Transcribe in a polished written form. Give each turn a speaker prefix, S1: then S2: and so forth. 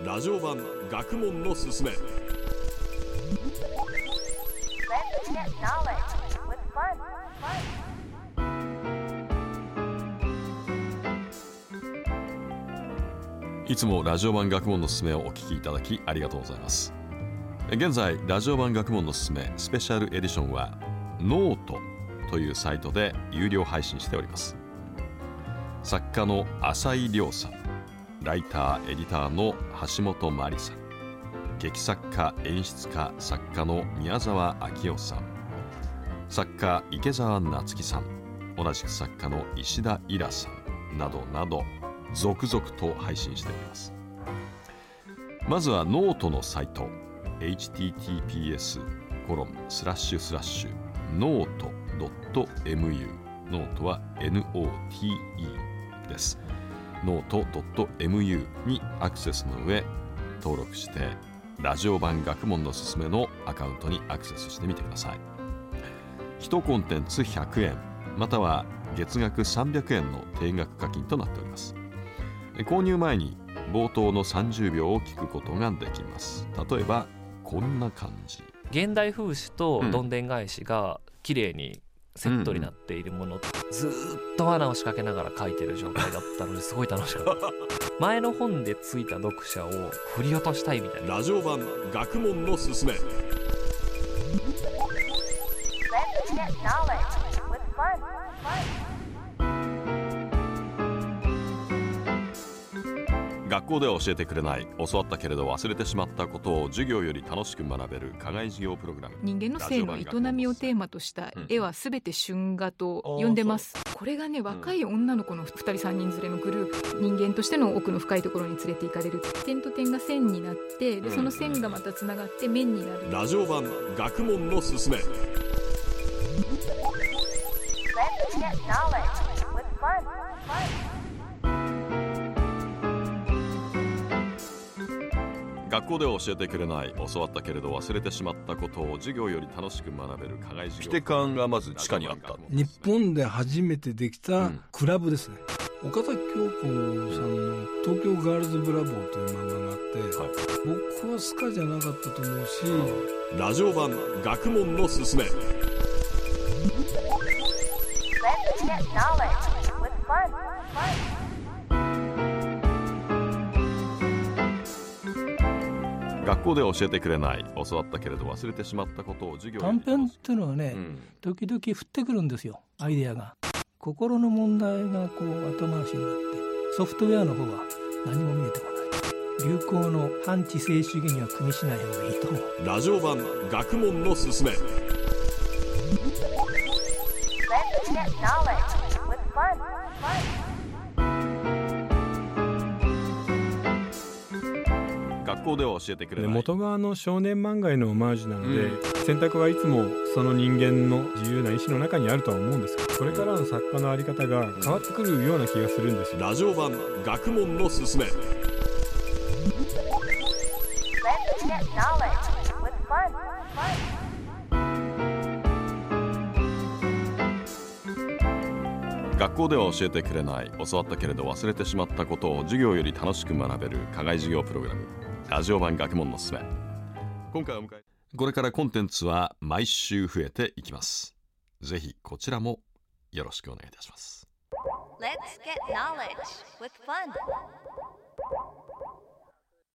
S1: ラジオ版学問のすすめ。いつもラジオ版学問のすすめをお聞きいただきありがとうございます。現在ラジオ版学問のすすめスペシャルエディションはノートというサイトで有料配信しております。作家の浅井亮さん、ライターエディターの橋本真理さん、劇作家演出家作家の宮沢明夫さん、作家池澤夏樹さん、同じく作家の石田イラさんなどなど続々と配信しております。まずはノートのサイト https://note.mu ノートは NOTE です。ノート .mu にアクセスの上登録してラジオ版学問のすすめのアカウントにアクセスしてみてください。1コンテンツ100円または月額300円の定額課金となっております。購入前に冒頭の30秒を聞くことができます。例えばこんな感じ。
S2: 現代風刺とどんでん返しが綺麗にセットになっているもの、ずっと穴を仕掛けながら書いてる状態だったのですごい楽しかった前の本でついた読者を振り落としたいみたいな。
S1: ラジオ版学問のすすめ。学校では教えてくれない、教わったけれど忘れてしまったことを授業より楽しく学べる課外授業プログラム。
S3: 人間の性の営みをテーマとした絵はすべて春画と呼んでます。これがね、若い女の子の2人3人連れのグループ、人間としての奥の深いところに連れて行かれる。点と点が線になって、でその線がまたつながって面になる。
S1: ラジオ版学問のすすめ。学校では教えてくれない、教わったけれど忘れてしまったことを授業より楽しく学べる課外授業。ピテカンがまず地下にあった。
S4: 日本で初めてできたクラブですね、岡崎京子さんの東京ガールズブラボーという漫画があって、僕はスカじゃなかったと思うし、
S1: ラジオ版学問のすすめ。学校では教えてくれない、教わったけれど忘れてしまったことを授業
S5: 短編っていうのはね、時々降ってくるんですよ、アイデアが。心の問題がこう後回しになって、ソフトウェアの方は何も見えてこない。流行の反知性主義には組みしない方がいいと思う。
S1: ラジオ版学問のすすめ。学校では教えてくれない。
S6: 元側の少年漫画へのオマージュなので、選択はいつもその人間の自由な意思の中にあるとは思うんですけど、これからの作家のあり方が変わってくるような気がするんですよ。
S1: ラジオ版学問のすすめ。学校では教えてくれない、教わったけれど忘れてしまったことを授業より楽しく学べる課外授業プログラム、ラジオ版学問のすすめ。今回はこれからコンテンツは毎週増えていきます。ぜひこちらもよろしくお願いいたします。Let's get knowledge with fun.